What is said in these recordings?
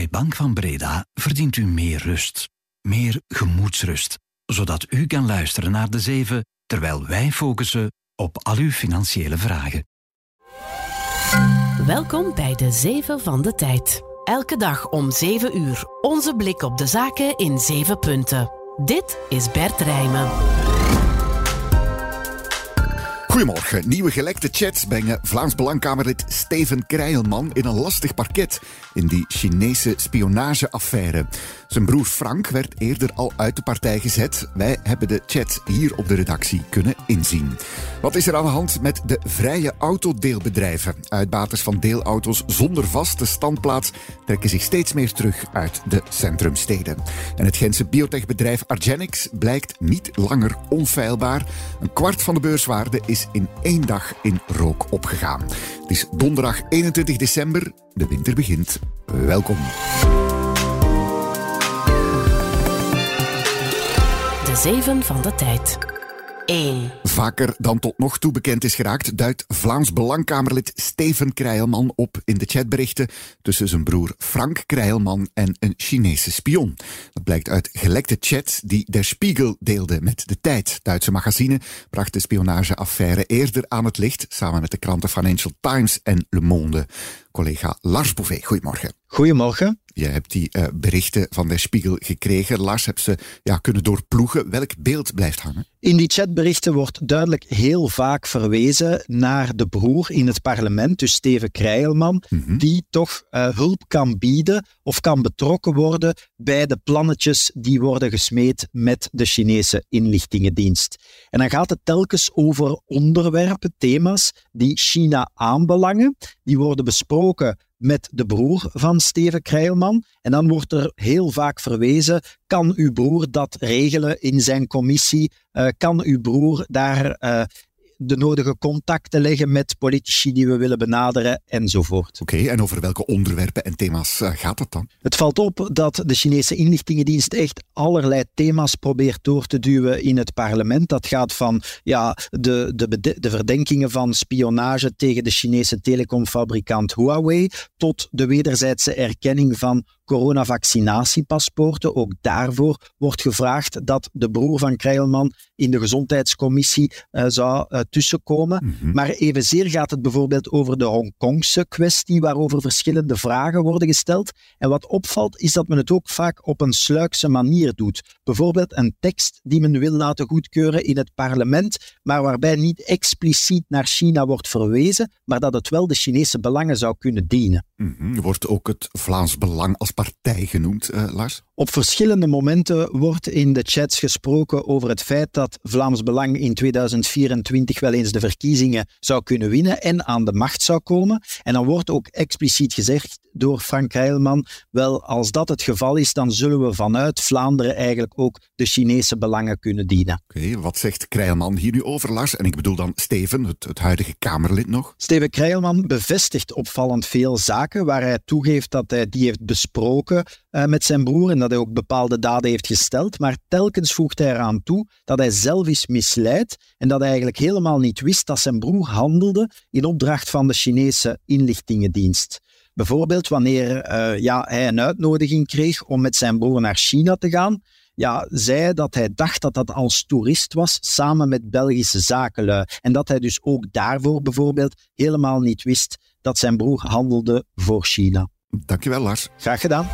Bij Bank van Breda verdient u meer rust. Meer gemoedsrust. Zodat u kan luisteren naar De Zeven, terwijl wij focussen op al uw financiële vragen. Welkom bij De Zeven van de Tijd. Elke dag om 7 uur. Onze blik op de zaken in 7 punten. Dit is Bert Rijmen. Goedemorgen. Nieuwe gelekte chats brengen Vlaams Belangkamerlid Steven Krijlman in een lastig parket in die Chinese spionageaffaire. Zijn broer Frank werd eerder al uit de partij gezet. Wij hebben de chat hier op de redactie kunnen inzien. Wat is er aan de hand met de vrije autodeelbedrijven? Uitbaters van deelauto's zonder vaste standplaats trekken zich steeds meer terug uit de centrumsteden. En het Gentse biotechbedrijf Argenix blijkt niet langer onfeilbaar. Een kwart van de beurswaarde is in 1 dag in rook opgegaan. Het is donderdag 21 december. De winter begint. Welkom. De Zeven van de Tijd. 1. Vaker dan tot nog toe bekend is geraakt, duikt Vlaams Belangkamerlid Steven Krijlman op in de chatberichten tussen zijn broer Frank Krijlman en een Chinese spion. Dat blijkt uit gelekte chats die Der Spiegel deelde met De Tijd. Duitse magazine bracht de spionageaffaire eerder aan het licht, samen met de kranten Financial Times en Le Monde. Collega Lars Bouvet, goedemorgen. Goedemorgen. Je hebt die berichten van Der Spiegel gekregen. Lars, heb ze kunnen doorploegen. Welk beeld blijft hangen? In die chatberichten wordt duidelijk heel vaak verwezen naar de broer in het parlement, dus Steven Krijlman, die toch hulp kan bieden of kan betrokken worden bij de plannetjes die worden gesmeed met de Chinese inlichtingendienst. En dan gaat het telkens over onderwerpen, thema's die China aanbelangen. Die worden besproken met de broer van Steven Krijlman. En dan wordt er heel vaak verwezen, kan uw broer dat regelen in zijn commissie? Kan uw broer daar de nodige contacten leggen met politici die we willen benaderen, enzovoort. Oké, en over welke onderwerpen en thema's gaat het dan? Het valt op dat de Chinese inlichtingendienst echt allerlei thema's probeert door te duwen in het parlement. Dat gaat van de verdenkingen van spionage tegen de Chinese telecomfabrikant Huawei tot de wederzijdse erkenning van coronavaccinatiepaspoorten. Ook daarvoor wordt gevraagd dat de broer van Krijlman in de gezondheidscommissie zou tussenkomen. Maar evenzeer gaat het bijvoorbeeld over de Hongkongse kwestie, waarover verschillende vragen worden gesteld. En wat opvalt, is dat men het ook vaak op een sluikse manier doet. Bijvoorbeeld een tekst die men wil laten goedkeuren in het parlement, maar waarbij niet expliciet naar China wordt verwezen, maar dat het wel de Chinese belangen zou kunnen dienen. Wordt ook het Vlaams Belang als partij genoemd, Lars? Op verschillende momenten wordt in de chats gesproken over het feit dat Vlaams Belang in 2024 wel eens de verkiezingen zou kunnen winnen en aan de macht zou komen. En dan wordt ook expliciet gezegd door Frank Krijlman, wel, als dat het geval is, dan zullen we vanuit Vlaanderen eigenlijk ook de Chinese belangen kunnen dienen. Oké, wat zegt Krijlman hier nu over, Lars? En ik bedoel dan Steven, het huidige Kamerlid nog. Steven Krijlman bevestigt opvallend veel zaken waar hij toegeeft dat hij die heeft besproken met zijn broer en dat hij ook bepaalde daden heeft gesteld. Maar telkens voegt hij eraan toe dat hij zelf is misleid en dat hij eigenlijk helemaal niet wist dat zijn broer handelde in opdracht van de Chinese inlichtingendienst. Bijvoorbeeld wanneer hij een uitnodiging kreeg om met zijn broer naar China te gaan, zei dat hij dacht dat dat als toerist was, samen met Belgische zakenlui. En dat hij dus ook daarvoor bijvoorbeeld helemaal niet wist dat zijn broer handelde voor China. Dankjewel, Lars. Graag gedaan.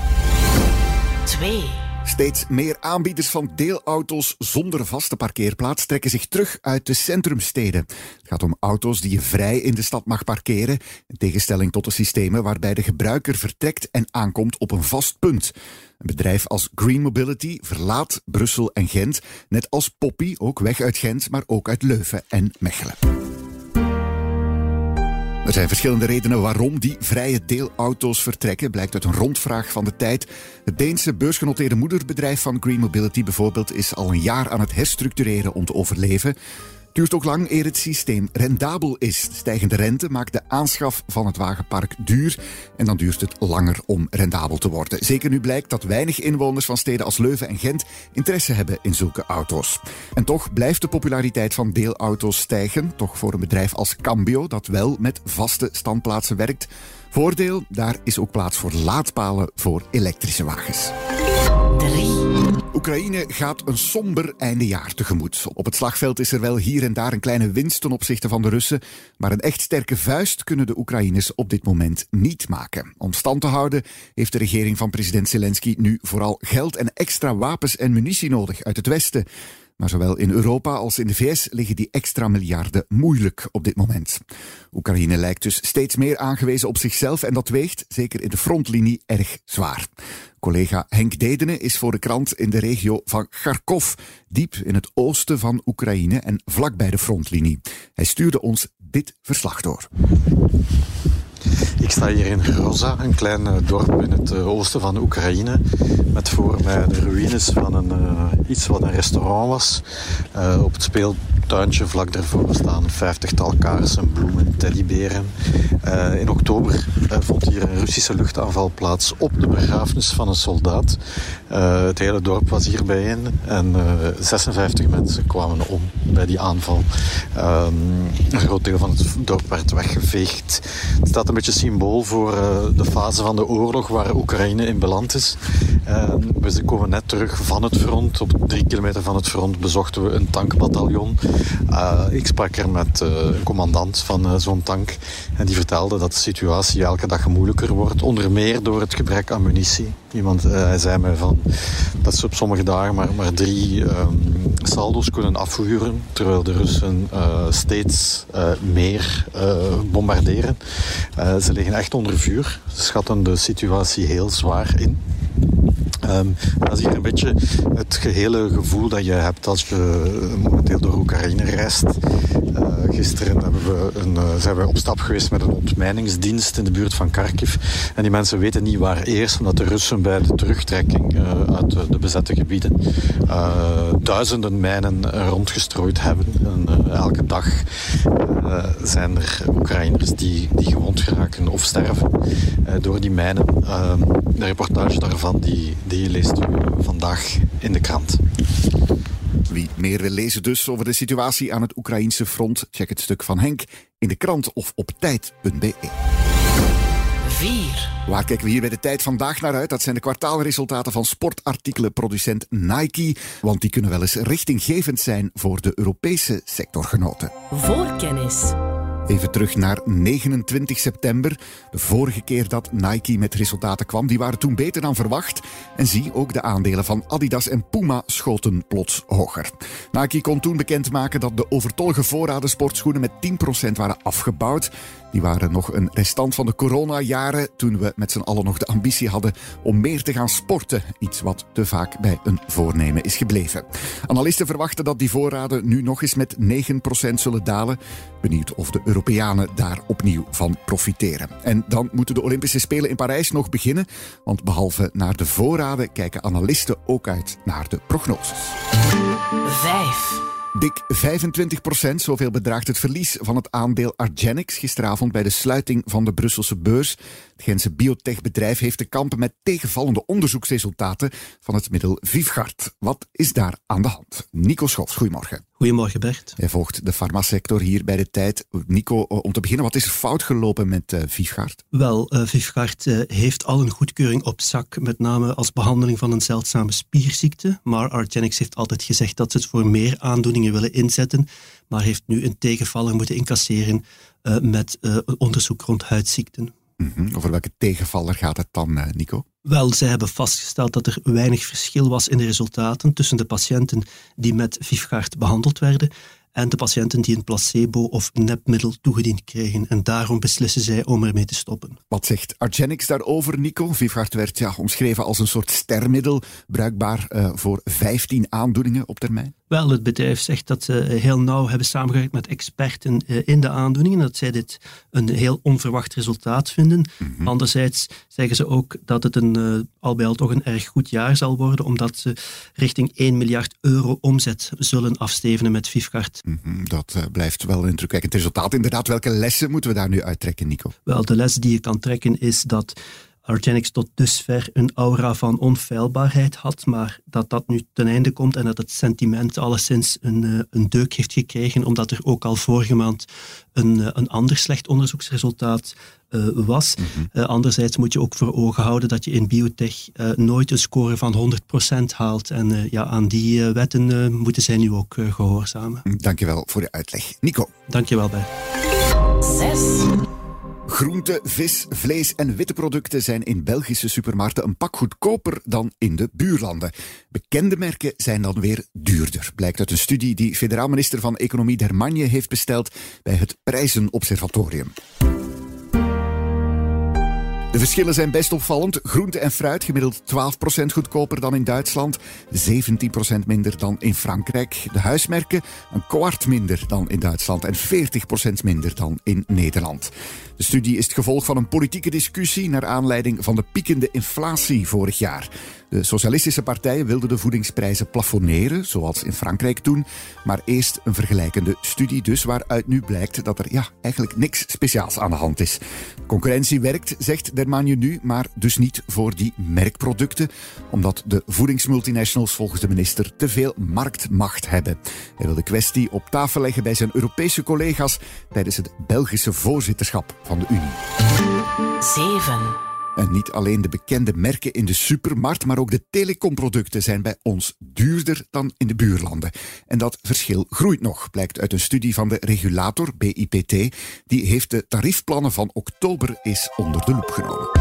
2. Steeds meer aanbieders van deelauto's zonder vaste parkeerplaats trekken zich terug uit de centrumsteden. Het gaat om auto's die je vrij in de stad mag parkeren, in tegenstelling tot de systemen waarbij de gebruiker vertrekt en aankomt op een vast punt. Een bedrijf als Green Mobility verlaat Brussel en Gent, net als Poppy, ook weg uit Gent, maar ook uit Leuven en Mechelen. Er zijn verschillende redenen waarom die vrije deelauto's vertrekken, blijkt uit een rondvraag van De Tijd. Het Deense beursgenoteerde moederbedrijf van Green Mobility bijvoorbeeld is al een jaar aan het herstructureren om te overleven. duurt ook lang eer het systeem rendabel is. Stijgende rente maakt de aanschaf van het wagenpark duur en dan duurt het langer om rendabel te worden. Zeker nu blijkt dat weinig inwoners van steden als Leuven en Gent interesse hebben in zulke auto's. En toch blijft de populariteit van deelauto's stijgen, toch voor een bedrijf als Cambio, dat wel met vaste standplaatsen werkt. Voordeel, daar is ook plaats voor laadpalen voor elektrische wagens. 3. Oekraïne gaat een somber eindejaar tegemoet. Op het slagveld is er wel hier en daar een kleine winst ten opzichte van de Russen, maar een echt sterke vuist kunnen de Oekraïners op dit moment niet maken. Om stand te houden heeft de regering van president Zelensky nu vooral geld en extra wapens en munitie nodig uit het Westen. Maar zowel in Europa als in de VS liggen die extra miljarden moeilijk op dit moment. Oekraïne lijkt dus steeds meer aangewezen op zichzelf en dat weegt, zeker in de frontlinie, erg zwaar. Collega Henk Dedene is voor de krant in de regio van Kharkov, diep in het oosten van Oekraïne en vlakbij de frontlinie. Hij stuurde ons dit verslag door. Ik sta hier in Groza, een klein dorp in het oosten van Oekraïne, met voor mij de ruïnes van iets wat een restaurant was. Op het speeltuintje vlak daarvoor staan 50-tal kaarsen, bloemen, teddyberen. In oktober vond hier een Russische luchtaanval plaats op de begrafenis van een soldaat. Het hele dorp was hier bijeen en 56 mensen kwamen om bij die aanval. Een groot deel van het dorp werd weggeveegd. Het staat een beetje symbool voor de fase van de oorlog waar Oekraïne in beland is. We komen net terug van het front. Op 3 kilometer van het front bezochten we een tankbataljon. Ik sprak er met een commandant van zo'n tank en die vertelde dat de situatie elke dag moeilijker wordt, onder meer door het gebrek aan munitie. Hij zei mij dat ze op sommige dagen maar 3 saldo's kunnen afvuren, terwijl de Russen steeds meer bombarderen. Ze liggen echt onder vuur. Ze schatten de situatie heel zwaar in. Dat is hier een beetje het gehele gevoel dat je hebt als je momenteel door Oekraïne reist. Gisteren zijn we op stap geweest met een ontmijningsdienst in de buurt van Kharkiv. En die mensen weten niet waar eerst, omdat de Russen bij de terugtrekking uit de bezette gebieden duizenden mijnen rondgestrooid hebben. En elke dag zijn er Oekraïners die gewond geraken of sterven door die mijnen. De reportage daarvan die leest u vandaag in de krant. Wie meer wil lezen dus over de situatie aan het Oekraïense front, check het stuk van Henk in de krant of op tijd.be. 4. Waar kijken we hier bij de tijd vandaag naar uit? Dat zijn de kwartaalresultaten van sportartikelenproducent Nike, want die kunnen wel eens richtinggevend zijn voor de Europese sectorgenoten. Voorkennis. Even terug naar 29 september. De vorige keer dat Nike met resultaten kwam, die waren toen beter dan verwacht. En zie, ook de aandelen van Adidas en Puma schoten plots hoger. Nike kon toen bekendmaken dat de overtollige voorraden sportschoenen met 10% waren afgebouwd. Die waren nog een restant van de coronajaren, toen we met z'n allen nog de ambitie hadden om meer te gaan sporten. Iets wat te vaak bij een voornemen is gebleven. Analisten verwachten dat die voorraden nu nog eens met 9% zullen dalen. Benieuwd of de Europeanen daar opnieuw van profiteren. En dan moeten de Olympische Spelen in Parijs nog beginnen, want behalve naar de voorraden kijken analisten ook uit naar de prognoses. 5. Dik 25%, zoveel bedraagt het verlies van het aandeel Argenix gisteravond bij de sluiting van de Brusselse beurs. Het Gentse biotechbedrijf heeft te kampen met tegenvallende onderzoeksresultaten van het middel Vyvgart. Wat is daar aan de hand? Nico Schofs, goedemorgen. Goedemorgen Bert. Jij volgt de farmasector hier bij de tijd. Nico, om te beginnen, wat is er fout gelopen met Vyvgart? Wel, Vyvgart heeft al een goedkeuring op zak, met name als behandeling van een zeldzame spierziekte. Maar Argenix heeft altijd gezegd dat ze het voor meer aandoeningen willen inzetten, maar heeft nu een tegenvaller moeten incasseren met onderzoek rond huidziekten. Over welke tegenvaller gaat het dan, Nico? Wel, zij hebben vastgesteld dat er weinig verschil was in de resultaten tussen de patiënten die met Vyvgart behandeld werden en de patiënten die een placebo of nepmiddel toegediend kregen. En daarom beslissen zij om ermee te stoppen. Wat zegt Argenix daarover, Nico? Vyvgart werd omschreven als een soort stermiddel, bruikbaar voor 15 aandoeningen op termijn. Wel, het bedrijf zegt dat ze heel nauw hebben samengewerkt met experten in de aandoeningen, dat zij dit een heel onverwacht resultaat vinden. Mm-hmm. Anderzijds zeggen ze ook dat het al bij al toch een erg goed jaar zal worden, omdat ze richting 1 miljard euro omzet zullen afstevenen met Vyfgart. Mm-hmm. Dat blijft wel een indrukwekkend resultaat. Inderdaad, welke lessen moeten we daar nu uittrekken, Nico? Wel, de les die je kan trekken is dat argenx tot dusver een aura van onfeilbaarheid had, maar dat nu ten einde komt en dat het sentiment alleszins een deuk heeft gekregen, omdat er ook al vorige maand een ander slecht onderzoeksresultaat was. Mm-hmm. Anderzijds moet je ook voor ogen houden dat je in biotech nooit een score van 100% haalt. En aan die wetten moeten zij nu ook gehoorzamen. Dankjewel voor de uitleg. Nico. Dankjewel, Bert. 6. Groente, vis, vlees en witte producten zijn in Belgische supermarkten een pak goedkoper dan in de buurlanden. Bekende merken zijn dan weer duurder, blijkt uit een studie die federaal minister van Economie Dermagne heeft besteld bij het Prijzenobservatorium. De verschillen zijn best opvallend. Groente en fruit gemiddeld 12% goedkoper dan in Duitsland, 17% minder dan in Frankrijk. De huismerken een kwart minder dan in Duitsland en 40% minder dan in Nederland. De studie is het gevolg van een politieke discussie naar aanleiding van de piekende inflatie vorig jaar. De socialistische partijen wilden de voedingsprijzen plafonneren, zoals in Frankrijk toen. Maar eerst een vergelijkende studie dus, waaruit nu blijkt dat er eigenlijk niks speciaals aan de hand is. Concurrentie werkt, zegt Dermagne nu, maar dus niet voor die merkproducten, omdat de voedingsmultinationals volgens de minister te veel marktmacht hebben. Hij wil de kwestie op tafel leggen bij zijn Europese collega's tijdens het Belgische voorzitterschap van de Unie. 7. En niet alleen de bekende merken in de supermarkt, maar ook de telecomproducten zijn bij ons duurder dan in de buurlanden. En dat verschil groeit nog, blijkt uit een studie van de regulator, BIPT. Die heeft de tariefplannen van oktober eens onder de loep genomen.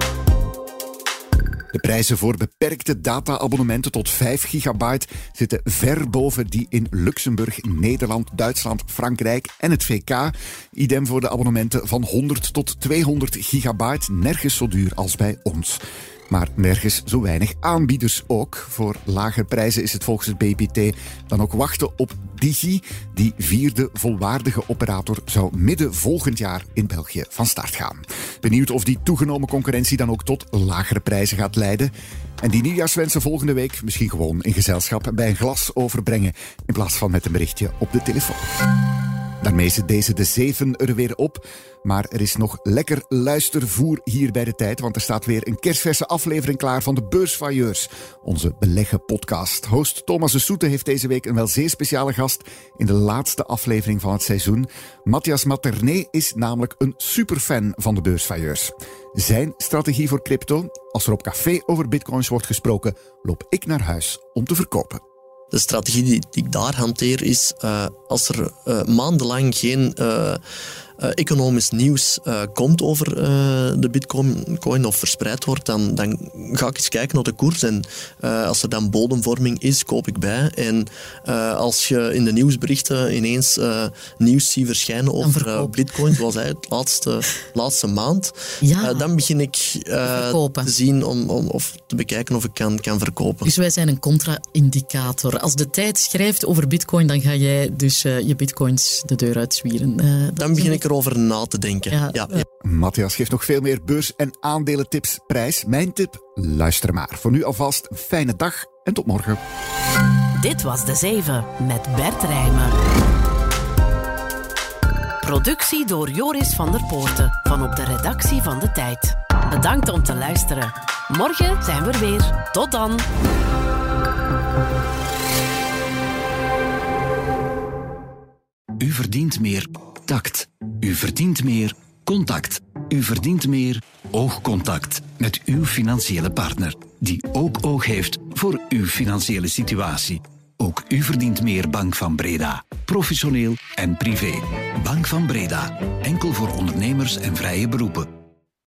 De prijzen voor beperkte data-abonnementen tot 5 gigabyte zitten ver boven die in Luxemburg, Nederland, Duitsland, Frankrijk en het VK. Idem voor de abonnementen van 100 tot 200 gigabyte, nergens zo duur als bij ons. Maar nergens zo weinig aanbieders ook. Voor lagere prijzen is het volgens het BIPT dan ook wachten op Digi. Die 4e volwaardige operator zou midden volgend jaar in België van start gaan. Benieuwd of die toegenomen concurrentie dan ook tot lagere prijzen gaat leiden. En die nieuwjaarswensen volgende week misschien gewoon in gezelschap bij een glas overbrengen, in plaats van met een berichtje op de telefoon. Daarmee zit deze de 7 er weer op. Maar er is nog lekker luistervoer hier bij De Tijd, want er staat weer een kerstverse aflevering klaar van de Beursvailleurs, onze beleggen-podcast. Host Thomas de Soete heeft deze week een wel zeer speciale gast in de laatste aflevering van het seizoen. Matthias Maternet is namelijk een superfan van de Beursvailleurs. Zijn strategie voor crypto: als er op café over bitcoins wordt gesproken, loop ik naar huis om te verkopen. De strategie die ik daar hanteer is, als er maandenlang geen economisch nieuws komt over de bitcoin of verspreid wordt, dan ga ik eens kijken naar de koers. En als er dan bodemvorming is, koop ik bij. En als je in de nieuwsberichten ineens nieuws ziet verschijnen over bitcoin, zoals hij het laatste maand, dan begin ik te zien of te bekijken of ik kan verkopen. Dus wij zijn een contra-indicator. Als De Tijd schrijft over bitcoin, dan ga jij dus je bitcoins de deur uitzwieren. Dan begin ik erover na te denken. Ja. Matthias geeft nog veel meer beurs- en aandelentips prijs. Mijn tip: luister maar. Voor nu alvast een fijne dag en tot morgen. Dit was De 7 met Bert Rijmen. Productie door Joris van der Poorten van op de redactie van De Tijd. Bedankt om te luisteren. Morgen zijn we er weer. Tot dan. U verdient meer tact. U verdient meer contact. U verdient meer oogcontact met uw financiële partner, die ook oog heeft voor uw financiële situatie. Ook u verdient meer Bank van Breda. Professioneel en privé. Bank van Breda. Enkel voor ondernemers en vrije beroepen.